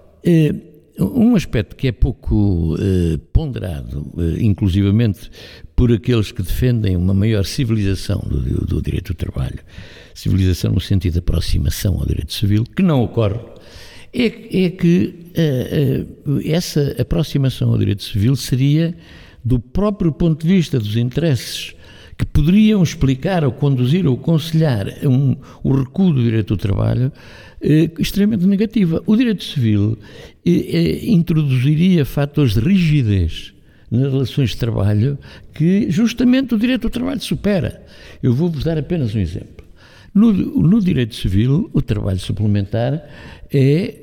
um aspecto que é pouco eh, ponderado, eh, inclusivamente por aqueles que defendem uma maior civilização do, do direito do trabalho, civilização no sentido de aproximação ao direito civil, que não ocorre, é, é que eh, eh, essa aproximação ao direito civil seria, do próprio ponto de vista dos interesses que poderiam explicar ou conduzir ou aconselhar um, o recuo do direito do trabalho, eh, extremamente negativa. O direito civil eh, eh, introduziria fatores de rigidez nas relações de trabalho que justamente o direito do trabalho supera. Eu vou-vos dar apenas um exemplo. No, no direito civil, o trabalho suplementar é,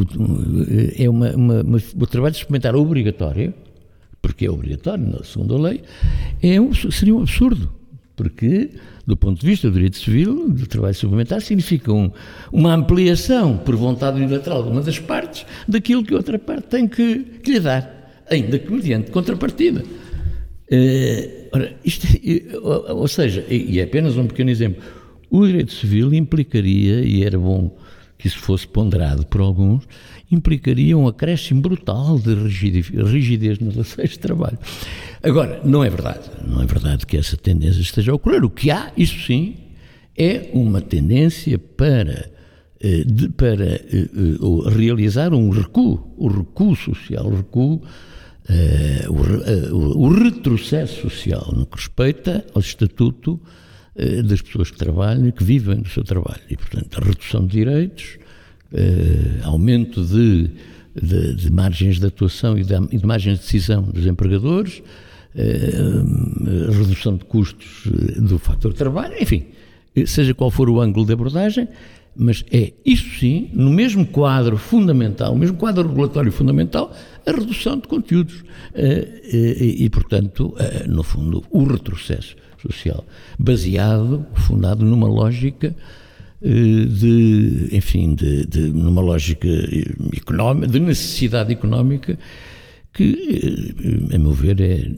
é uma, uma, uma, o trabalho suplementar obrigatório, porque é obrigatório, segundo a lei, é um, seria um absurdo, porque, do ponto de vista do direito civil, do trabalho suplementar, significa um, uma ampliação por vontade unilateral de uma das partes daquilo que a outra parte tem que, que lhe dar, ainda que mediante contrapartida. Uh, ora, isto, ou, ou seja, e é apenas um pequeno exemplo, o direito civil implicaria, e era bom que isso fosse ponderado por alguns, implicaria um acréscimo brutal de rigidez, rigidez nas relações de trabalho. Agora, não é verdade, não é verdade que essa tendência esteja a ocorrer. O que há, isso sim, é uma tendência para, de, para uh, realizar um recuo, o recuo social, o recuo, uh, o, uh, o retrocesso social no que respeita ao estatuto uh, das pessoas que trabalham e que vivem do seu trabalho. E, portanto, a redução de direitos, uh, aumento de, de, de margens de atuação e de, e de margens de decisão dos empregadores, uh, redução de custos do fator trabalho, enfim, seja qual for o ângulo de abordagem, mas é, isso sim, no mesmo quadro fundamental, no mesmo quadro regulatório fundamental, a redução de conteúdos e, e, portanto, no fundo, o retrocesso social, baseado, fundado numa lógica de, enfim, de, de, numa lógica económica, de necessidade económica, que, a meu ver, é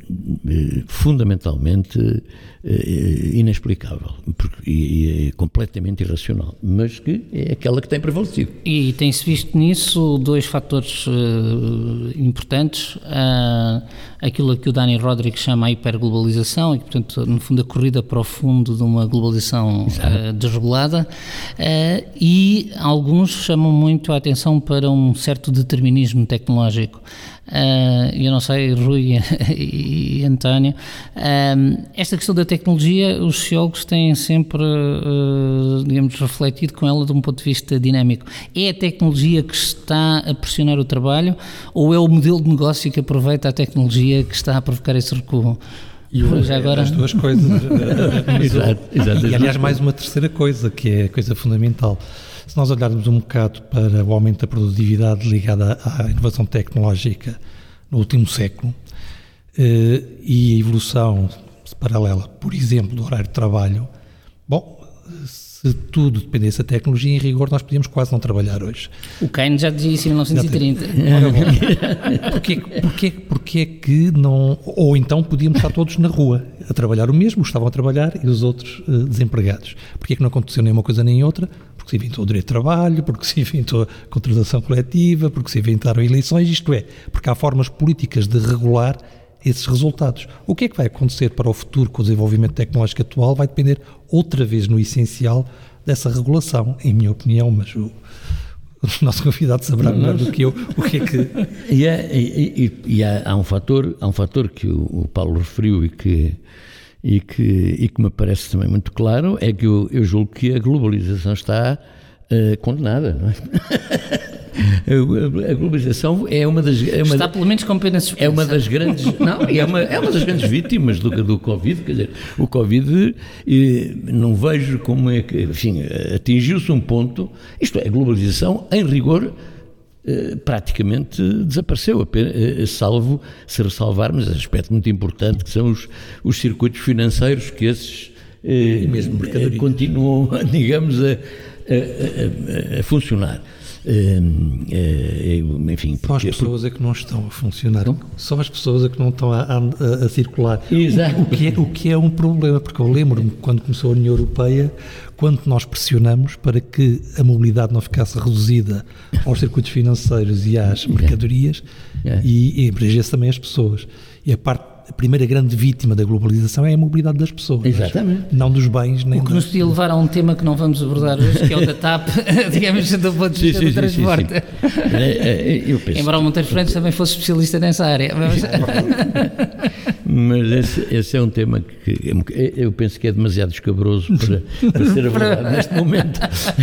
fundamentalmente inexplicável e é completamente irracional, mas que é aquela que tem prevalecido. E tem-se visto nisso dois fatores uh, importantes, uh, aquilo que o Dani Rodrigues chama a hiperglobalização, e portanto, no fundo, a corrida para o fundo de uma globalização uh, desregulada, uh, e alguns chamam muito a atenção para um certo determinismo tecnológico. Uh, eu não sei, Rui e, e António, uh, esta questão da tecnologia, os sociólogos têm sempre, uh, digamos, refletido com ela de um ponto de vista dinâmico. É a tecnologia que está a pressionar o trabalho, ou é o modelo de negócio que aproveita a tecnologia que está a provocar esse recuo? E hoje, já agora... As duas coisas. Exato, exato. E, aliás, mais uma terceira coisa, que é a coisa fundamental. Se nós olharmos um bocado para o aumento da produtividade ligada à inovação tecnológica no último século eh, e a evolução paralela, por exemplo, do horário de trabalho, bom, se tudo dependesse da tecnologia, em rigor, nós podíamos quase não trabalhar hoje. O Keynes já dizia isso em mil novecentos e trinta. Ora, bom, porquê, porquê, porquê é que não... Ou então podíamos estar todos na rua a trabalhar o mesmo, estavam a trabalhar e os outros uh, desempregados. Porquê é que não aconteceu nem uma coisa nem outra? Porque se inventou o direito de trabalho, porque se inventou a contratação coletiva, porque se inventaram eleições, isto é, porque há formas políticas de regular esses resultados. O que é que vai acontecer para o futuro com o desenvolvimento tecnológico atual vai depender outra vez no essencial dessa regulação, em minha opinião, mas o, o nosso convidado saberá melhor do que eu o que é que... E, é, e, e, e há, há, um fator, há um fator que o, o Paulo referiu e que, e, que, e que me parece também muito claro, é que eu, eu julgo que a globalização está uh, condenada, não é? A globalização é uma das... É uma, está pelo menos com pena suspensa. É uma das grandes... Não, é uma, é uma das grandes vítimas do, do Covid, quer dizer, o Covid, eh, não vejo como é que... Enfim, atingiu-se um ponto, isto é, a globalização, em rigor, eh, praticamente desapareceu, apenas, eh, salvo, se ressalvarmos, um aspecto muito importante, que são os, os circuitos financeiros, que esses eh, mesmo eh, continuam, digamos, a, a, a, a funcionar. Uh, uh, enfim, só as pessoas porque... é que não estão a funcionar, não? Só as pessoas é que não estão a, a, a circular. Exato. O, o, que é, o que é um problema, porque eu lembro-me quando começou a União Europeia, quanto nós pressionamos para que a mobilidade não ficasse reduzida aos circuitos financeiros e às mercadorias, yeah. e, e abrangesse também as pessoas. E a parte A primeira grande vítima da globalização é a mobilidade das pessoas. Exatamente. Não dos bens, nem o que das... nos podia levar a um tema que não vamos abordar hoje, que é o da T A P, digamos, do ponto de vista sim, sim, do transporte. Sim, sim. É, é, eu penso... Embora o Monteiro Fernandes também fosse especialista nessa área. Mas, mas esse, esse é um tema que eu penso que é demasiado escabroso para, para ser abordado neste momento.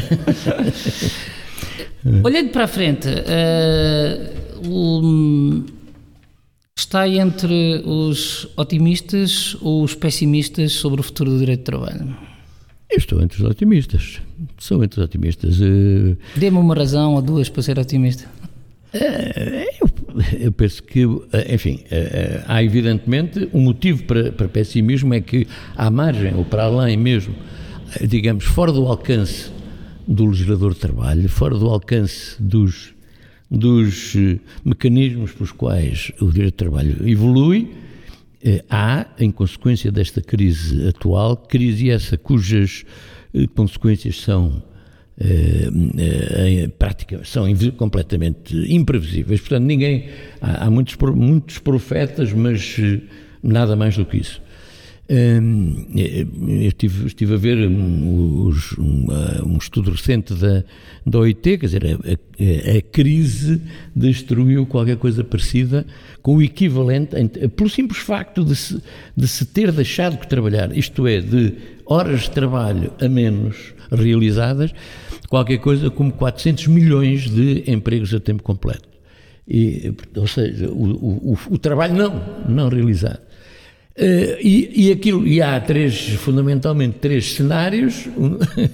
Olhando para a frente, uh, o... está entre os otimistas ou os pessimistas sobre o futuro do direito de trabalho? Eu estou entre os otimistas. Sou entre os otimistas. Dê-me uma razão ou duas para ser otimista. Eu, eu penso que, enfim, há evidentemente um motivo para, para pessimismo, é que à margem ou para além mesmo, digamos, fora do alcance do legislador de trabalho, fora do alcance dos dos mecanismos pelos quais o direito de trabalho evolui, há, em consequência desta crise atual, crise essa cujas consequências são eh, práticas, são completamente imprevisíveis. Portanto, ninguém, há, há muitos, muitos profetas, mas nada mais do que isso. Eu estive, estive a ver um, um, um estudo recente da, da O I T, quer dizer, a, a, a crise destruiu qualquer coisa parecida com o equivalente, pelo simples facto de se, de se ter deixado de trabalhar, isto é, de horas de trabalho a menos realizadas, qualquer coisa como quatrocentos milhões de empregos a tempo completo. E, ou seja, o, o, o trabalho não, não realizado. Uh, e, e, aquilo, e há três, fundamentalmente três cenários um, uh,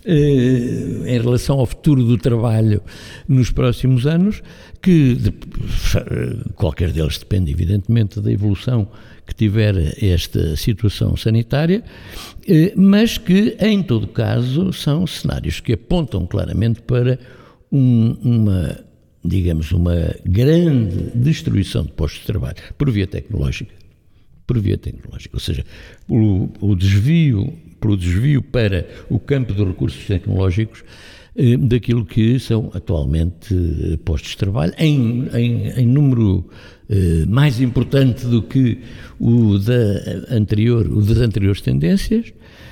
em relação ao futuro do trabalho nos próximos anos, que de, qualquer deles depende evidentemente da evolução que tiver esta situação sanitária, uh, mas que em todo caso são cenários que apontam claramente para um, uma, digamos, uma grande destruição de postos de trabalho por via tecnológica. por via tecnológica, ou seja, o, o desvio, pelo desvio para o campo dos recursos tecnológicos eh, daquilo que são atualmente eh, postos de trabalho, em, em, em número eh, mais importante do que o, da anterior, o das anteriores tendências,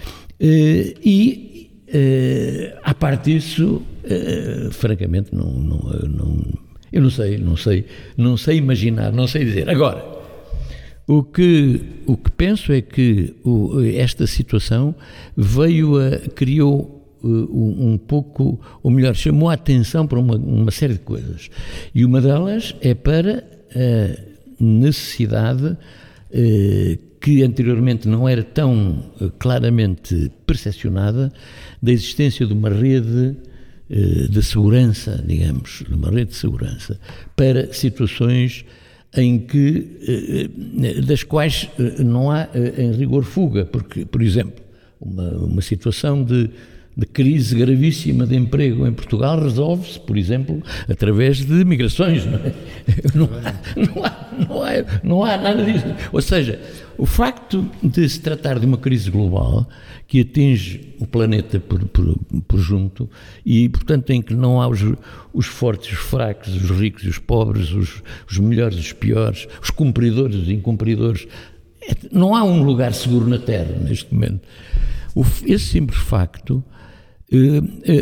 eh, e, eh, à parte disso, eh, francamente, não, não, não, eu não sei, não sei, não sei imaginar, não sei dizer. Agora, O que, o que penso é que o, esta situação veio a, criou uh, um, um pouco, ou melhor, chamou a atenção para uma, uma série de coisas. E uma delas é para a necessidade uh, que anteriormente não era tão uh, claramente percepcionada da existência de uma rede uh, de segurança, digamos, de uma rede de segurança para situações em que, das quais não há, em rigor, fuga, porque, por exemplo, uma, uma situação de, de crise gravíssima de emprego em Portugal resolve-se, por exemplo, através de migrações, não é? Não há, não há, não há, não há nada disso. Ou seja, o facto de se tratar de uma crise global que atinge o planeta por, por, por junto e, portanto, em que não há os, os fortes, os fracos, os ricos e os pobres, os, os melhores e os piores, os cumpridores e os incumpridores, é, não há um lugar seguro na Terra neste momento. O, esse simples facto eh, eh,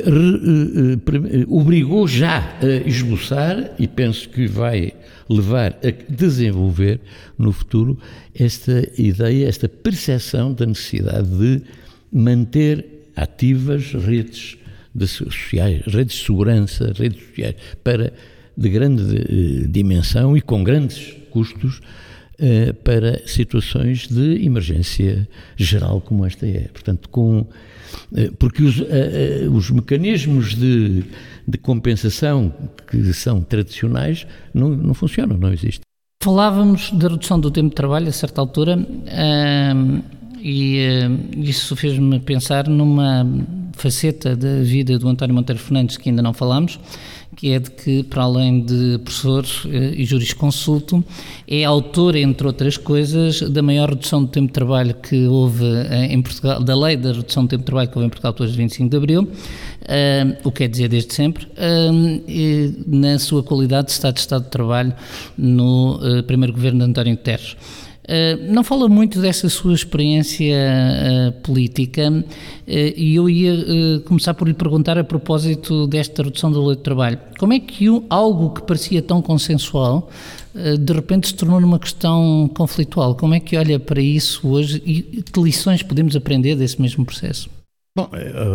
eh, eh, obrigou já a esboçar, e penso que vai levar a desenvolver no futuro esta ideia, esta percepção da necessidade de manter ativas redes de sociais, redes de segurança, redes sociais para de grande eh, dimensão e com grandes custos eh, para situações de emergência geral como esta é. Portanto, com, eh, porque os, eh, os mecanismos de, de compensação que são tradicionais não, não funcionam, não existem. Falávamos da redução do tempo de trabalho a certa altura, hum, e hum, isso fez-me pensar numa faceta da vida do António Monteiro Fernandes que ainda não falámos, que é de que, para além de professor e jurisconsulto, é autor, entre outras coisas, da maior redução do tempo de trabalho que houve em Portugal, da lei da redução do tempo de trabalho que houve em Portugal depois de vinte e cinco de Abril, uh, o que quer dizer desde sempre, uh, e, na sua qualidade de Estado de Estado de Trabalho no uh, primeiro governo de António Guterres. Uh, não fala muito dessa sua experiência uh, política uh, e eu ia uh, começar por lhe perguntar a propósito desta redução do leito de trabalho. Como é que um, algo que parecia tão consensual uh, de repente se tornou numa questão conflitual? Como é que olha para isso hoje e que lições podemos aprender desse mesmo processo? Bom,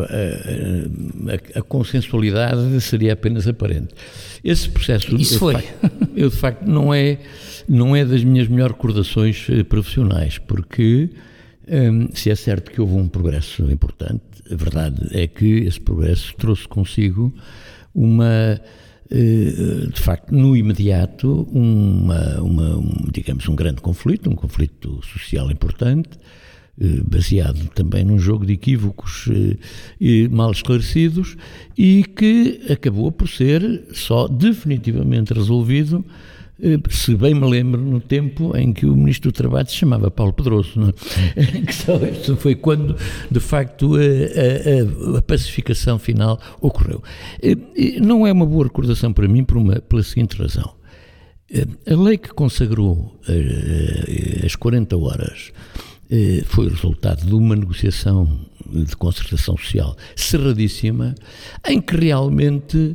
a, a, a consensualidade seria apenas aparente. Esse processo, isso eu, foi. De facto, eu de facto não é, não é das minhas melhores recordações profissionais, porque hum, se é certo que houve um progresso importante, a verdade é que esse progresso trouxe consigo uma, de facto, no imediato, uma, uma, um, digamos, um grande conflito, um conflito social importante, baseado também num jogo de equívocos eh, mal esclarecidos e que acabou por ser só definitivamente resolvido, eh, se bem me lembro, no tempo em que o Ministro do Trabalho se chamava Paulo Pedroso, não é? Que só isso foi quando, de facto, a, a, a pacificação final ocorreu. Eh, não é uma boa recordação para mim por uma, pela seguinte razão. Eh, a lei que consagrou eh, as quarenta horas foi o resultado de uma negociação de concertação social cerradíssima, em que realmente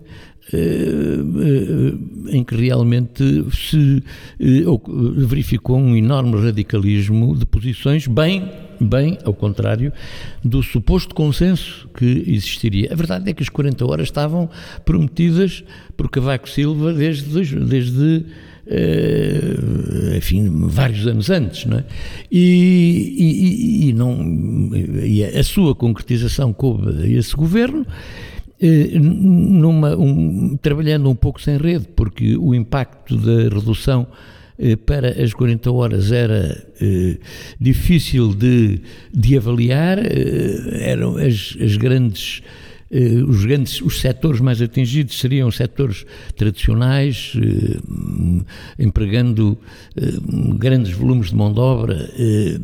em que realmente se verificou um enorme radicalismo de posições, bem, bem ao contrário do suposto consenso que existiria. A verdade é que as quarenta horas estavam prometidas por Cavaco Silva desde, desde enfim, vários anos antes, não é? E, e, e, não, e a sua concretização coube a esse governo, Numa, um, trabalhando um pouco sem rede, porque o impacto da redução eh, para as quarenta horas era eh, difícil de, de avaliar, eh, eram as, as grandes, eh, os grandes, os setores mais atingidos seriam os setores tradicionais, eh, empregando eh, grandes volumes de mão de obra, eh,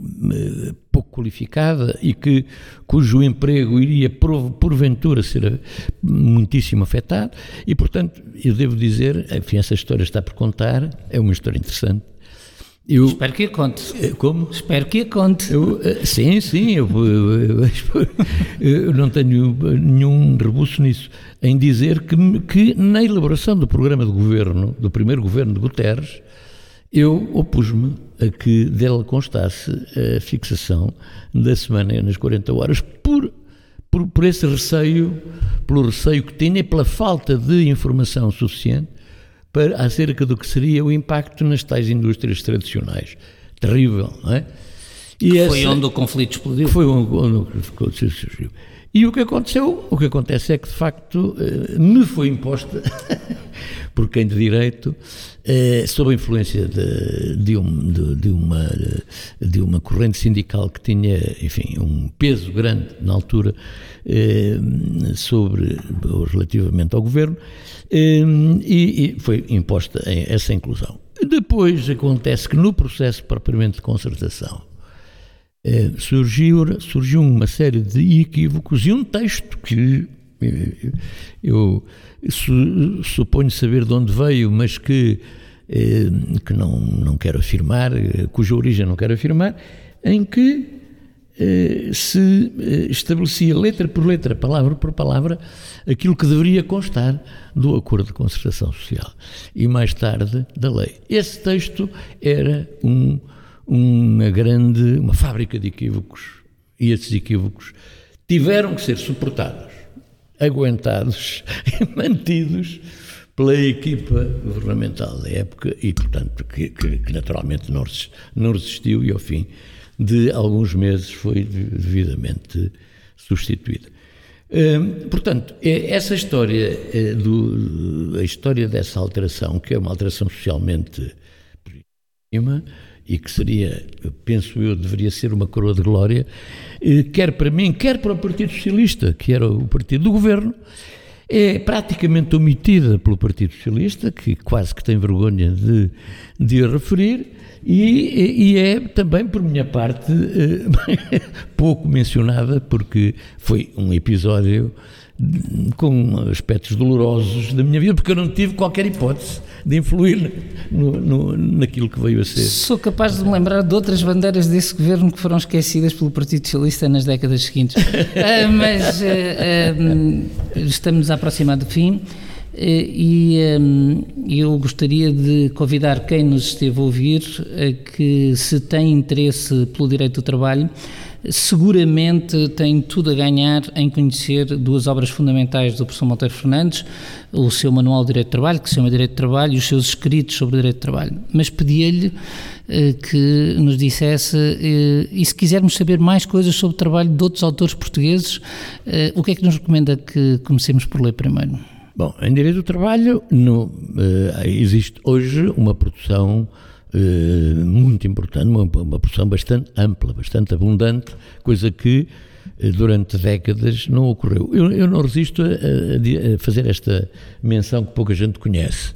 pouco qualificada e que, cujo emprego iria por, porventura ser muitíssimo afetado, e portanto eu devo dizer, enfim, essa história está por contar, é uma história interessante. Eu, Espero que a conte. Como? Espero que a conte. Eu, sim, sim, eu, eu, eu não tenho nenhum rebuço nisso, em dizer que, que na elaboração do programa de governo, do primeiro governo de Guterres, eu opus-me a que dela constasse a fixação da semana nas quarenta horas por, por, por esse receio, pelo receio que tinha e pela falta de informação suficiente para, acerca do que seria o impacto nas tais indústrias tradicionais. Terrível, não é? E essa, foi onde o conflito explodiu. Foi onde, onde o conflito surgiu. E o que aconteceu, o que acontece é que de facto me foi imposta por quem de direito, eh, sob a influência de, de, um, de, de, uma, de uma corrente sindical que tinha, enfim, um peso grande na altura eh, sobre, ou relativamente ao governo, eh, e, e foi imposta essa inclusão. Depois acontece que no processo propriamente de concertação, Eh, surgiu, surgiu uma série de equívocos e um texto que eh, eu su, suponho saber de onde veio, mas que, eh, que não, não quero afirmar, eh, cuja origem não quero afirmar, em que eh, se eh, estabelecia letra por letra, palavra por palavra, aquilo que deveria constar do acordo de concertação social e mais tarde da lei. Esse texto era um uma grande, uma fábrica de equívocos, e esses equívocos tiveram que ser suportados, aguentados e mantidos pela equipa governamental da época e, portanto, que, que, que naturalmente não, não resistiu e, ao fim de alguns meses, foi devidamente substituída. Hum, portanto, é essa história, é do, a história dessa alteração, que é uma alteração socialmente positiva, e que seria, penso eu, deveria ser uma coroa de glória, quer para mim, quer para o Partido Socialista, que era o partido do governo, é praticamente omitida pelo Partido Socialista, que quase que tem vergonha de, de a referir, e, e é também, por minha parte, pouco mencionada, porque foi um episódio com aspectos dolorosos da minha vida, porque eu não tive qualquer hipótese de influir no, no, naquilo que veio a ser. Sou capaz de me lembrar de outras bandeiras desse governo que foram esquecidas pelo Partido Socialista nas décadas seguintes. uh, mas uh, uh, estamos a aproximar do fim uh, e um, eu gostaria de convidar quem nos esteve a ouvir uh, que, se tem interesse pelo direito do trabalho, seguramente tem tudo a ganhar em conhecer duas obras fundamentais do professor Monteiro Fernandes, o seu Manual de Direito de Trabalho, que se chama Direito de Trabalho, e os seus escritos sobre Direito de Trabalho. Mas pedia-lhe eh, que nos dissesse, eh, e se quisermos saber mais coisas sobre o trabalho de outros autores portugueses, eh, o que é que nos recomenda que comecemos por ler primeiro? Bom, em Direito do Trabalho no, eh, existe hoje uma produção Uh, muito importante, uma, uma produção bastante ampla, bastante abundante, coisa que uh, durante décadas não ocorreu. Eu, eu não resisto a, a, a fazer esta menção que pouca gente conhece.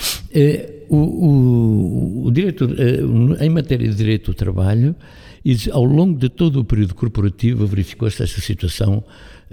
Uh, o, o, o direito, uh, em matéria de direito do trabalho, ao longo de todo o período corporativo verificou-se esta situação uh,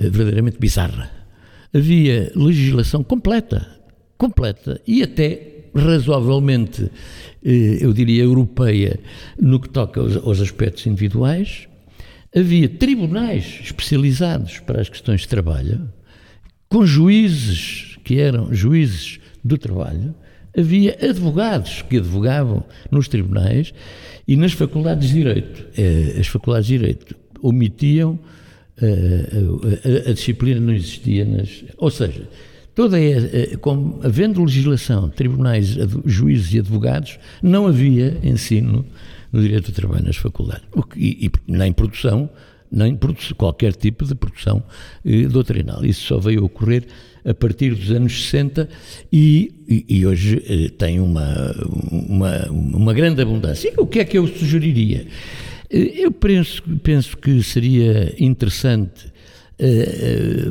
verdadeiramente bizarra. Havia legislação completa, completa e até razoavelmente, eu diria, europeia no que toca aos, aos aspectos individuais. Havia tribunais especializados para as questões de trabalho, com juízes que eram juízes do trabalho, havia advogados que advogavam nos tribunais e nas faculdades de Direito. As faculdades de Direito omitiam, a, a, a disciplina não existia nas... Ou seja, toda a, como, havendo legislação, tribunais, juízes e advogados, não havia ensino no direito do trabalho nas faculdades. O que, e, e nem produção, nem produção, qualquer tipo de produção eh, doutrinal. Isso só veio a ocorrer a partir dos anos sessenta e, e, e hoje eh, tem uma, uma, uma grande abundância. E o que é que eu sugeriria? Eh, eu penso, penso que seria interessante eh,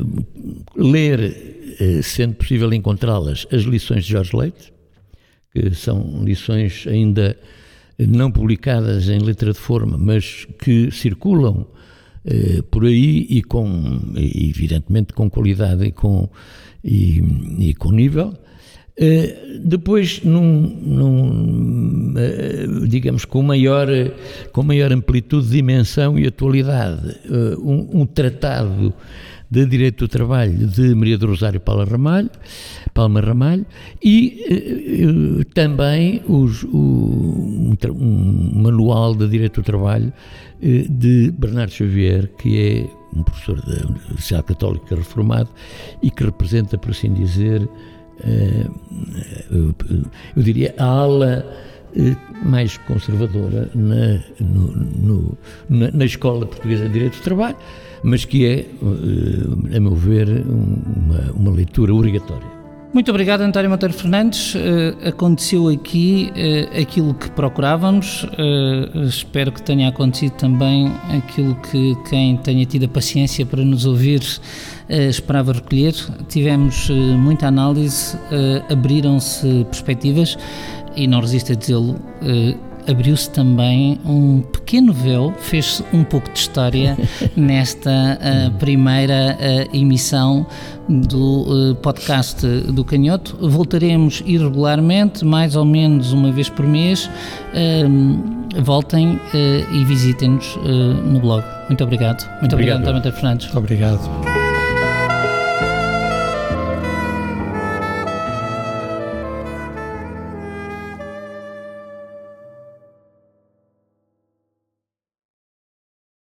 ler, eh, sendo possível encontrá-las, as lições de Jorge Leite, que são lições ainda não publicadas em letra de forma, mas que circulam eh, por aí e com, evidentemente, com qualidade e com, e, e com nível. Eh, depois, num, num, eh, digamos, com maior, com maior amplitude, dimensão e atualidade, eh, um, um tratado de Direito do Trabalho de Maria do Rosário Palma Ramalho, Palma Ramalho e eh, também os, o, um, um manual de Direito do Trabalho eh, de Bernardo Xavier, que é um professor da Universidade Católica reformado e que representa, por assim dizer, eh, eu, eu diria a ala eh, mais conservadora na, no, no, na, na Escola Portuguesa de Direito do Trabalho, mas que é, a meu ver, uma, uma leitura obrigatória. Muito obrigado, António Monteiro Fernandes. Uh, aconteceu aqui uh, aquilo que procurávamos. Uh, espero que tenha acontecido também aquilo que quem tenha tido a paciência para nos ouvir uh, esperava recolher. Tivemos uh, muita análise, uh, abriram-se perspectivas e não resisto a dizê-lo, uh, abriu-se também um pequeno véu, fez-se um pouco de história nesta uh, primeira uh, emissão do uh, podcast do Canhoto. Voltaremos irregularmente, mais ou menos uma vez por mês. Uh, voltem uh, e visitem-nos uh, no blog. Muito obrigado. Muito obrigado, António Monteiro Fernandes. Muito obrigado.